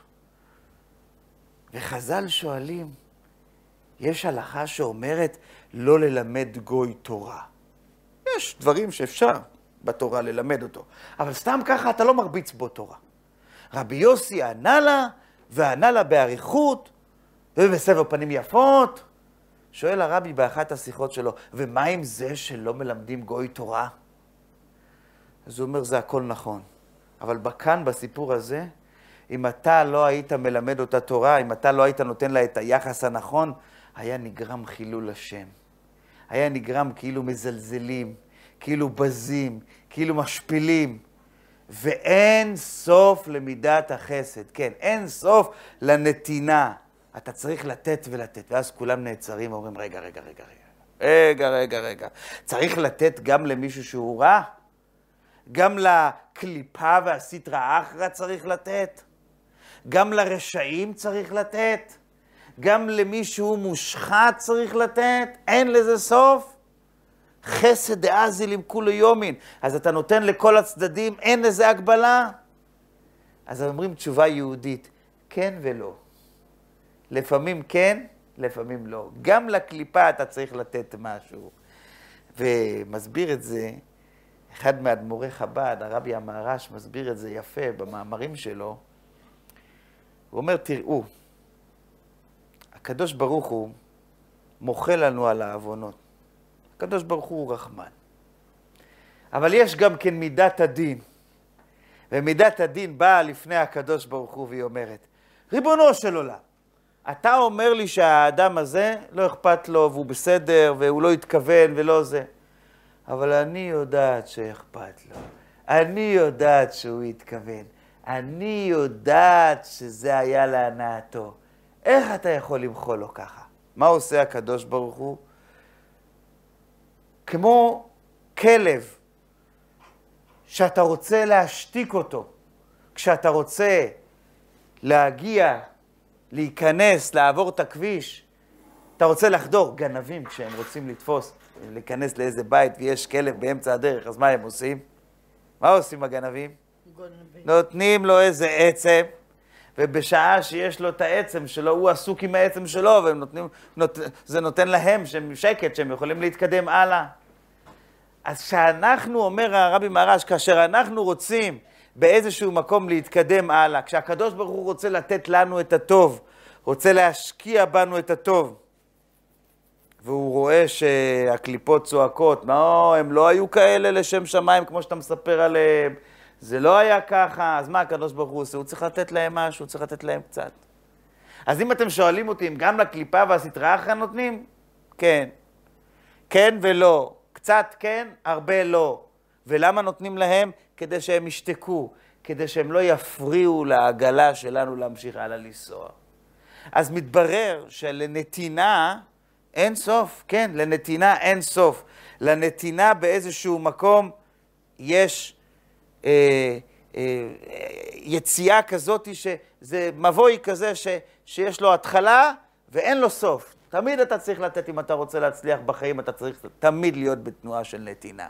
S1: וחז"ל שואלים, יש הלכה שאומרת לא ללמד גוי תורה. יש דברים שאפשר בתורה ללמד אותו, אבל סתם ככה אתה לא מרביץ בו תורה. רבי יוסי ענה לה באריכות, ובספר פנים יפות. שואל הרבי באחת השיחות שלו, ומה עם זה שלא מלמדים גוי תורה? אז הוא אומר, זה הכל נכון. אבל כאן, בסיפור הזה, אם אתה לא היית מלמד אותה תורה, אם אתה לא היית נותן לה את היחס הנכון, היה נגרם חילול השם. היה נגרם כאילו מזלזלים, כאילו בזים, כאילו משפילים. ואין סוף למידת החסד. כן, אין סוף לנתינה. אתה צריך לתת ולתת. ואז כולם נעצרים ואומרים, רגע. צריך לתת גם למישהו שהוא רע? גם לקליפה והסטרא אחרא צריך לתת? גם לרשעים צריך לתת? גם למישהו מושחת צריך לתת? אין לזה סוף? חסד דאזיל עם כולו יומין. אז אתה נותן לכל הצדדים, אין לזה הגבלה? אז אומרים תשובה יהודית, כן ולא. לפעמים כן, לפעמים לא. גם לקליפה אתה צריך לתת משהו. ומסביר את זה, אחד מאדמו"רי חב"ד, הרבי המהר"ש, מסביר את זה יפה במאמרים שלו. הוא אומר, תראו, הקדוש ברוך הוא מוחל לנו על העוונות. הקדוש ברוך הוא רחמן. אבל יש גם כן מידת הדין. ומידת הדין באה לפני הקדוש ברוך הוא והיא אומרת, ריבונו של עולם, אתה אומר לי שהאדם הזה לא אכפת לו והוא בסדר והוא לא התכוון ולא זה. אבל אני יודעת שאכפת לו. אני יודעת שהוא התכוון. אני יודעת שזה היה להנאתו. איך אתה יכול למחול לו ככה? מה עושה הקדוש ברוך הוא? כמו כלב שאתה רוצה להשתיק אותו, כשאתה רוצה להגיע, להיכנס, לעבור את הכביש, אתה רוצה לחדור. גנבים כשהם רוצים לתפוס, להיכנס לאיזה בית ויש כלב באמצע הדרך, אז מה הם עושים? מה עושים הגנבים? נותנים לו איזה עצם, ובשעה שיש לו את העצם שלו, הוא עסוק עם העצם שלו, זה נותן להם שקט, שהם יכולים להתקדם הלאה. אז כשאנחנו, אומר הרבי מהר"ש, כאשר אנחנו רוצים באיזשהו מקום להתקדם הלאה, כשהקדוש ברוך הוא רוצה לתת לנו את הטוב, רוצה להשקיע בנו את הטוב, והוא רואה שהקליפות צועקות, לא, הם לא היו כאלה לשם שמיים כמו שאתה מספר עליהם, זה לא היה ככה, אז מה הקדוש ברוך הוא עושה? הוא צריך לתת להם משהו, הוא צריך לתת להם קצת. אז אם אתם שואלים אותי אם גם לקליפה והסטרא אחרא נותנים, כן. כן ולא. קצת כן, הרבה לא. ולמה נותנים להם? כדי שהם ישתקו, כדי שהם לא יפריעו לעגלה שלנו להמשיך הלאה לנסוע. אז מתברר שלנתינה אין סוף, כן, לנתינה אין סוף. לנתינה באיזשהו מקום יש יציאה כזאת, שזה מבוי כזה שיש לו התחלה ואין לו סוף. תמיד אתה צריך לתת, אם אתה רוצה להצליח בחיים, אתה צריך תמיד להיות בתנועה של נתינה.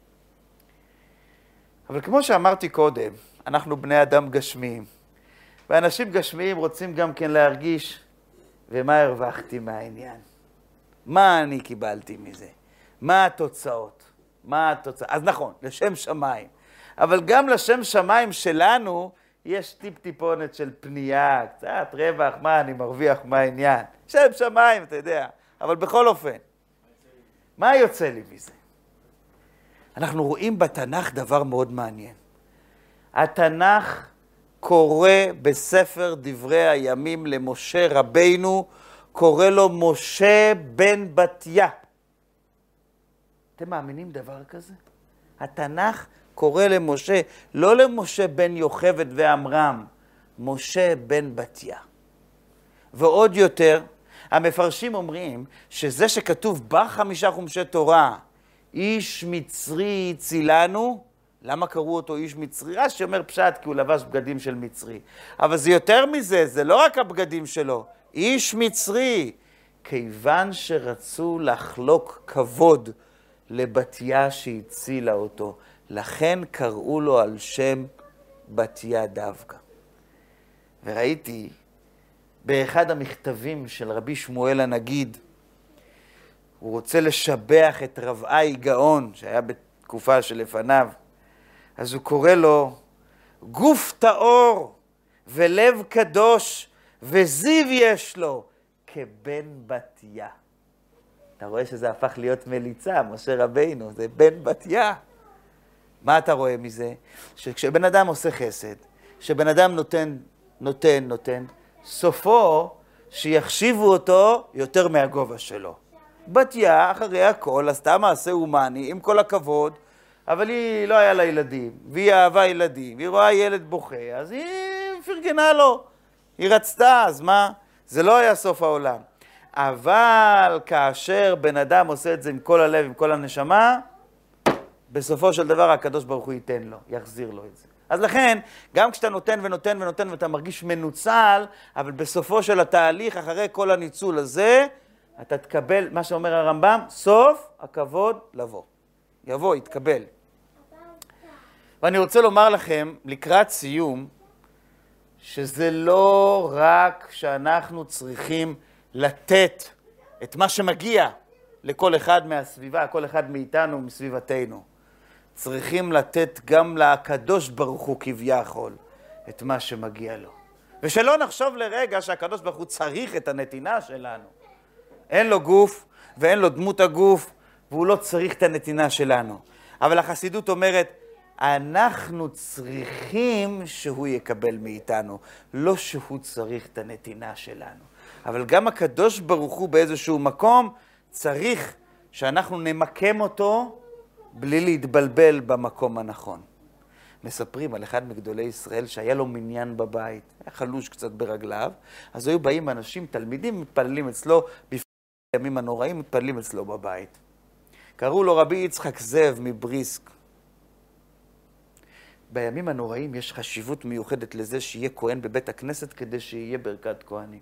S1: אבל כמו שאמרתי קודם, אנחנו בני אדם גשמיים, ואנשים גשמיים רוצים גם כן להרגיש, ומה הרווחתי מהעניין? מה אני קיבלתי מזה? מה התוצאות? אז נכון, לשם שמיים. אבל גם לשם שמיים שלנו יש טיפונת של פנייה, קצת רווח, מה אני מרוויח מהעניין? שם שמיים, אתה יודע. אבל בכל אופן, מה יוצא לי מזה? אנחנו רואים בתנ"ך דבר מאוד מעניין. התנ"ך קורא בספר דברי הימים למשה רבינו, קורא לו משה בן בתיה. אתם מאמינים דבר כזה? התנ"ך קורא למשה, לא למשה בן יוכבד ועמרם, משה בן בתיה. ועוד יותר, המפרשים אומרים שזה שכתוב ב5 חומשי תורה, איש מצרי הצילנו, למה קראו אותו איש מצרי? רש"י אומר פשט כי הוא לבש בגדים של מצרי. אבל זה יותר מזה, זה לא רק הבגדים שלו, איש מצרי, כיוון שרצו לחלוק כבוד לבתיה שהצילה אותו, לכן קראו לו על שם בתיה דווקא. וראיתי באחד המכתבים של רבי שמואל הנגיד, הוא רוצה לשבח את רבעי גאון, שהיה בתקופה שלפניו, אז הוא קורא לו, גוף טהור ולב קדוש וזיו יש לו, כבן בתיה. אתה רואה שזה הפך להיות מליצה, משה רבינו, זה בן בתיה. מה אתה רואה מזה? שכשבן אדם עושה חסד, כשבן אדם נותן, סופו שיחשיבו אותו יותר מהגובה שלו. בתיה, אחרי הכל, עשתה מעשה הומני, עם כל הכבוד, אבל היא לא היה לה ילדים, והיא אהבה ילדים, והיא רואה ילד בוכה, אז היא פרגנה לו. היא רצתה, אז מה? זה לא היה סוף העולם. אבל כאשר בן אדם עושה את זה עם כל הלב, עם כל הנשמה, בסופו של דבר הקדוש ברוך הוא ייתן לו, יחזיר לו את זה. אז לכן, גם כשאתה נותן ואתה מרגיש מנוצל, אבל בסופו של התהליך, אחרי כל הניצול הזה, אתה תקבל, מה שאומר הרמב"ם, סוף הכבוד לבוא. יבוא, יתקבל. ואני רוצה לומר לכם, לקראת סיום, שזה לא רק שאנחנו צריכים לתת את מה שמגיע לכל אחד מהסביבה, כל אחד מאיתנו מסביבתנו. צריכים לתת גם לקדוש ברוך הוא כביכול את מה שמגיע לו. ושלא נחשוב לרגע שהקדוש ברוך הוא צריך את הנתינה שלנו. אין לו גוף ואין לו דמות הגוף, והוא לא צריך את הנתינה שלנו. אבל החסידות אומרת, אנחנו צריכים שהוא יקבל מאיתנו, לא שהוא צריך את הנתינה שלנו. אבל גם הקדוש ברוך הוא באיזשהו מקום צריך שאנחנו נמקם אותו בלי להתבלבל במקום הנכון. מספרים על אחד מגדולי ישראל שהיה לו מניין בבית, היה חלוש קצת ברגליו, אז היו באים אנשים, תלמידים, מתפללים אצלו, בימים הנוראים מתפללים אצלו בבית. קראו לו רבי יצחק זאב מבריסק. בימים הנוראים יש חשיבות מיוחדת לזה שיהיה כהן בבית הכנסת כדי שיהיה ברכת כהנים.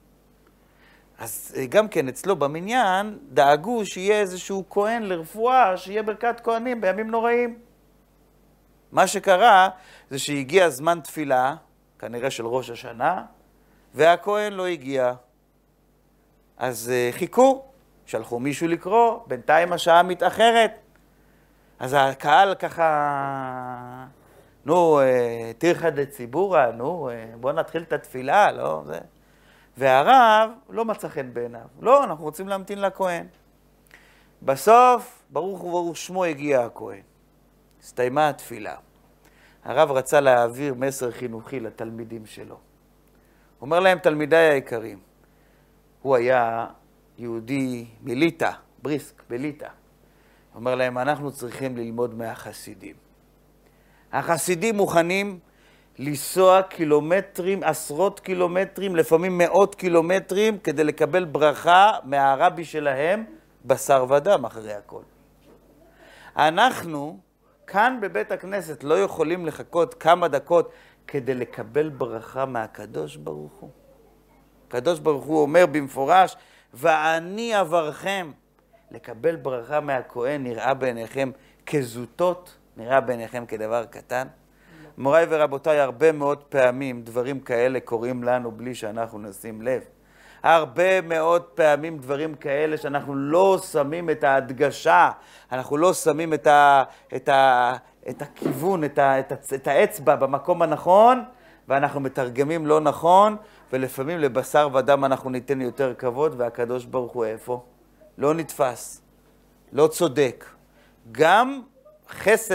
S1: אז גם כן אצלו במניין דאגו שיהיה איזשהו כהן לרפואה, שיהיה ברכת כהנים בימים נוראים. מה שקרה זה שהגיע זמן תפילה, כנראה של ראש השנה, והכהן לא הגיע. אז חיכו, שלחו מישהו לקרוא, בינתיים השעה מתאחרת. אז הקהל ככה, תירחא דציבורא, בוא נתחיל את התפילה, לא? זה. והרב לא מצא חן בעיניו. לא, אנחנו רוצים להמתין לכהן. בסוף, ברוך וברוך שמו, הגיע הכהן. הסתיימה התפילה. הרב רצה להעביר מסר חינוכי לתלמידים שלו. הוא אומר להם, תלמידיי היקרים, הוא היה יהודי מליטא, בריסק, בליטא. הוא אומר להם, אנחנו צריכים ללמוד מהחסידים. החסידים מוכנים לנסוע קילומטרים, עשרות קילומטרים, לפעמים מאות קילומטרים, כדי לקבל ברכה מהרבי שלהם, בשר ודם אחרי הכל. אנחנו כאן בבית הכנסת לא יכולים לחכות כמה דקות כדי לקבל ברכה מהקדוש ברוך הוא. הקדוש ברוך הוא אומר במפורש, ואני אברכם. לקבל ברכה מהכהן נראה בעיניכם כזוטות, נראה בעיניכם כדבר קטן. מוריי ורבותיי, הרבה מאוד פעמים דברים כאלה קורים לנו בלי שאנחנו נשים לב. הרבה מאוד פעמים דברים כאלה שאנחנו לא שמים את ההדגשה, אנחנו לא שמים את הכיוון, את האצבע במקום הנכון, ואנחנו מתרגמים לא נכון, ולפעמים לבשר ודם אנחנו ניתן יותר כבוד, והקדוש ברוך הוא איפה? לא נתפס, לא צודק. גם חסד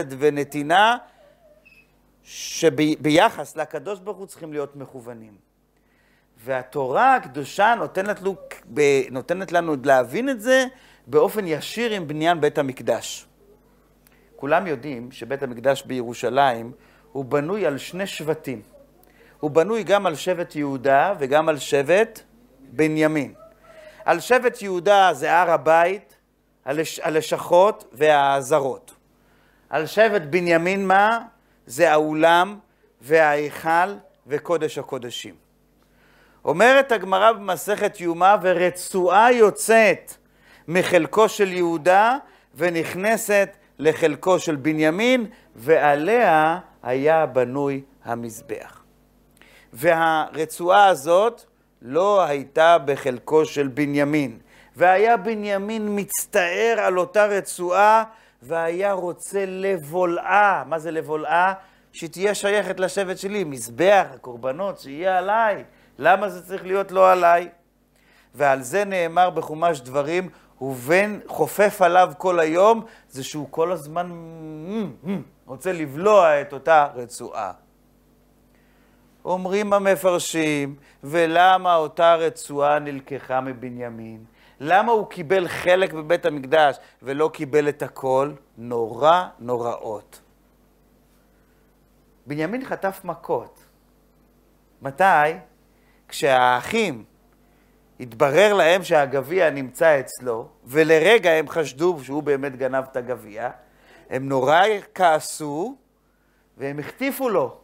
S1: ונתינה שביחס לקדוש ברוך הוא צריכים להיות מכוונים. והתורה הקדושה נותנת לנו להבין את זה באופן ישיר עם בניין בית המקדש. כולם יודעים שבית המקדש בירושלים הוא בנוי על 2 שבטים. הוא בנוי גם על שבט יהודה וגם על שבט בנימין. על שבט יהודה זה הר הבית, הלשכות והעזרות. על שבט בנימין מה? זה האולם וההיכל וקודש הקודשים. אומרת הגמרא במסכת יומא, ורצועה יוצאת מחלקו של יהודה ונכנסת לחלקו של בנימין, ועליה היה בנוי המזבח. והרצועה הזאת לא הייתה בחלקו של בנימין, והיה בנימין מצטער על אותה רצועה, והיה רוצה לבולעה. מה זה לבולעה? שתהיה שייכת לשבט שלי, מזבח, הקורבנות, שיהיה עליי. למה זה צריך להיות לא עליי? ועל זה נאמר בחומש דברים, ובן חופף עליו כל היום, זה שהוא כל הזמן רוצה לבלוע את אותה רצועה. אומרים המפרשים, ולמה אותה רצועה נלקחה מבנימין? למה הוא קיבל חלק בבית המקדש ולא קיבל את הכל? נורא נוראות. בנימין חטף מכות. מתי? כשהאחים התברר להם שהגביע נמצא אצלו, ולרגע הם חשדו שהוא באמת גנב את הגביע, הם נורא כעסו והם החטיפו לו.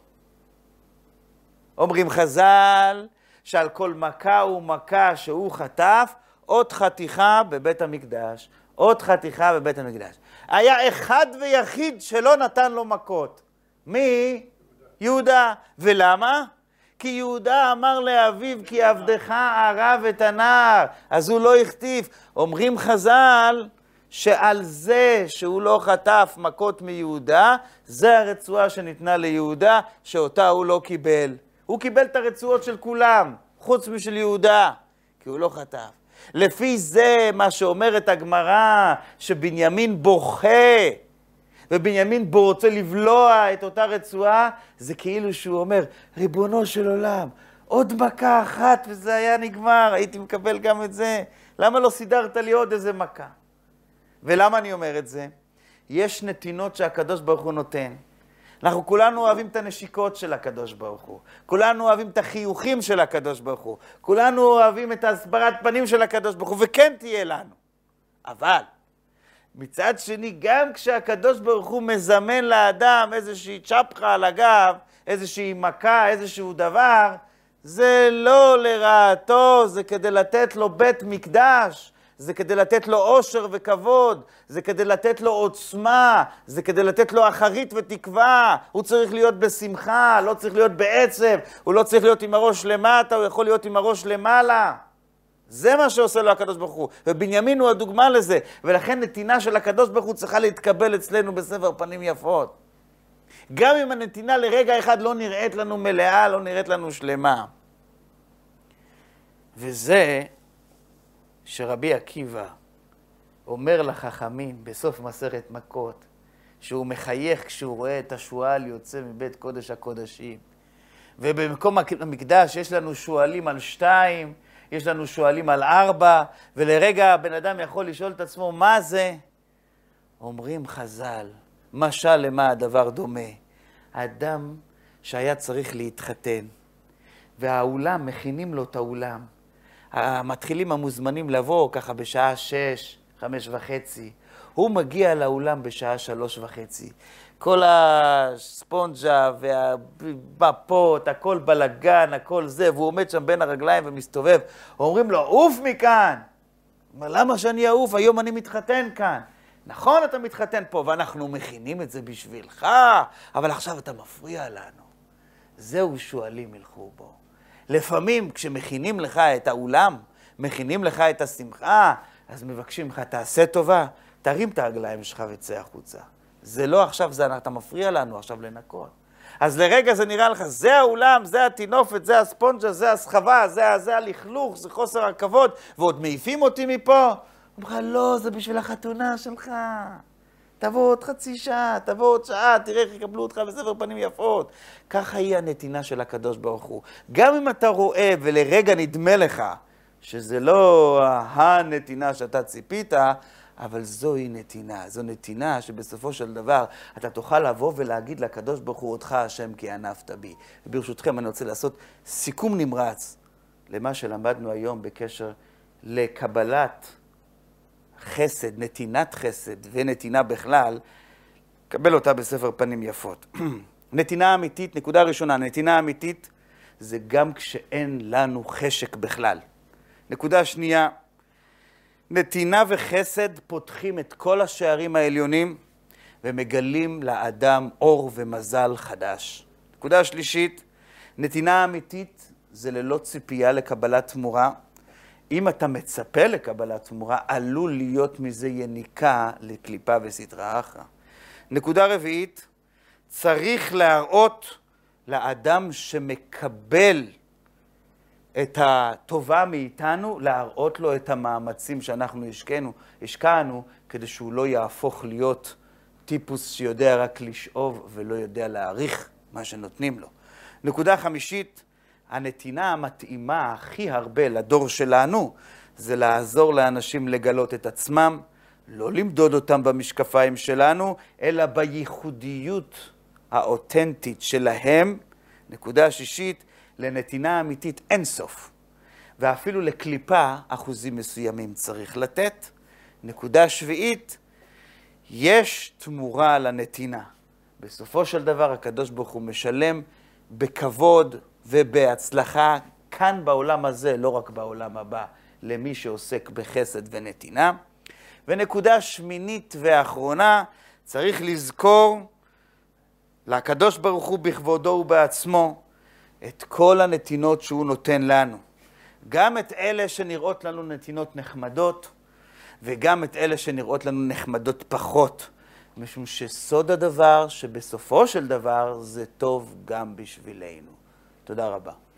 S1: אומרים חז"ל שעל כל מכה ומכה שהוא חטף, עוד חתיכה בבית המקדש, עוד חתיכה בבית המקדש. היה אחד ויחיד שלא נתן לו מכות. מי? יהודה. ולמה? כי יהודה אמר לאביו, כי עבדך ערב את הנער, אז הוא לא החטיף. אומרים חז"ל שעל זה שהוא לא חטף מכות מיהודה, זה הרצועה שניתנה ליהודה, שאותה הוא לא קיבל. הוא קיבל את הרצועות של כולם, חוץ משל יהודה, כי הוא לא חטף. לפי זה מה שאומרת הגמרא, שבנימין בוכה, ובנימין בו רוצה לבלוע את אותה רצועה, זה כאילו שהוא אומר, ריבונו של עולם, עוד מכה אחת וזה היה נגמר, הייתי מקבל גם את זה. למה לא סידרת לי עוד איזה מכה? ולמה אני אומר את זה? יש נתינות שהקדוש ברוך הוא נותן. אנחנו כולנו אוהבים את הנשיקות של הקדוש ברוך הוא. כולנו אוהבים את החיוכים של הקדוש ברוך הוא. כולנו אוהבים את הסברת פנים של הקדוש ברוך הוא, וכן תהיה לנו. אבל מצד שני, גם כשהקדוש ברוך הוא מזמן לאדם איזושהי צ'פחה על הגב, איזושהי מכה, איזשהו דבר, זה לא לרעתו, זה כדי לתת לו בית מקדש, זה כדי לתת לו עושר וכבוד, זה כדי לתת לו עוצמה, זה כדי לתת לו אחרית ותקווה. הוא צריך להיות בשמחה, לא צריך להיות בעצב, הוא לא צריך להיות עם הראש למטה, הוא יכול להיות עם הראש למעלה. זה מה שעושה לו הקדוש ברוך הוא, ובנימין הוא הדוגמה לזה, ולכן נתינה של הקדוש ברוך הוא צריכה להתקבל אצלנו בסבר פנים יפות. גם אם הנתינה לרגע אחד לא נראית לנו מלאה, לא נראית לנו שלמה. וזה שרבי עקיבא אומר לחכמים בסוף מסכת מכות, שהוא מחייך כשהוא רואה את השועל יוצא מבית קודש הקודשים. ובמקום המקדש יש לנו שועלים על 2, יש לנו שואלים על 4, ולרגע הבן אדם יכול לשאול את עצמו, מה זה? אומרים חז"ל, משל למה הדבר דומה? האדם שהיה צריך להתחתן, והאולם, מכינים לו את האולם. המתחילים המוזמנים לבוא ככה בשעה 6, 5:30. הוא מגיע לאולם בשעה 3:30. כל הספונג'ה והבפות, הכל בלגן, הכל זה, והוא עומד שם בין הרגליים ומסתובב. אומרים לו, עוף מכאן. אומר, למה שאני אעוף? היום אני מתחתן כאן. נכון, אתה מתחתן פה, ואנחנו מכינים את זה בשבילך, אבל עכשיו אתה מפריע לנו. זהו שואלים ילכו בו. לפעמים כשמכינים לך את האולם, מכינים לך את השמחה, אז מבקשים לך, תעשה טובה, תרים את הרגליים שלך וצא החוצה. זה לא עכשיו, זה אתה מפריע לנו עכשיו לנקות. אז לרגע זה נראה לך, זה האולם, זה התינופת, זה הספונג'ה, זה הסחבה, זה הלכלוך, זה חוסר הכבוד, ועוד מעיפים אותי מפה. הוא אומר, לא, זה בשביל החתונה שלך. תבוא עוד חצי שעה, תבוא עוד שעה, תראה איך יקבלו אותך בסבר פנים יפות. ככה היא הנתינה של הקדוש ברוך הוא. גם אם אתה רואה ולרגע נדמה לך שזה לא הנתינה שאתה ציפית, אבל זוהי נתינה. זו נתינה שבסופו של דבר אתה תוכל לבוא ולהגיד לקדוש ברוך הוא אותך השם כי ענפת בי. וברשותכם אני רוצה לעשות סיכום נמרץ למה שלמדנו היום בקשר לקבלת חסד, נתינת חסד ונתינה בכלל, קבל אותה בספר פנים יפות. נתינה אמיתית, נקודה ראשונה, נתינה אמיתית זה גם כשאין לנו חשק בכלל. נקודה שנייה, נתינה וחסד פותחים את כל השערים העליונים ומגלים לאדם אור ומזל חדש. נקודה שלישית, נתינה אמיתית זה ללא ציפייה לקבלת תמורה. אם אתה מצפה לקבלת תמורה, עלול להיות מזה יניקה לקליפה וסטרא אחרא. נקודה רביעית, צריך להראות לאדם שמקבל את הטובה מאיתנו, להראות לו את המאמצים שאנחנו השקענו, כדי שהוא לא יהפוך להיות טיפוס שיודע רק לשאוב ולא יודע להעריך מה שנותנים לו. נקודה חמישית, הנתינה המתאימה הכי הרבה לדור שלנו, זה לעזור לאנשים לגלות את עצמם, לא למדוד אותם במשקפיים שלנו, אלא בייחודיות האותנטית שלהם. נקודה שישית, לנתינה אמיתית אין סוף, ואפילו לקליפה אחוזים מסוימים צריך לתת. נקודה שביעית, יש תמורה לנתינה. בסופו של דבר הקדוש ברוך הוא משלם בכבוד ובהצלחה כאן בעולם הזה, לא רק בעולם הבא, למי שעוסק בחסד ונתינה. ונקודה שמינית ואחרונה, צריך לזכור לקדוש ברוך הוא בכבודו ובעצמו את כל הנתינות שהוא נותן לנו. גם את אלה שנראות לנו נתינות נחמדות, וגם את אלה שנראות לנו נחמדות פחות. משום שסוד הדבר שבסופו של דבר זה טוב גם בשבילנו. תודה רבה.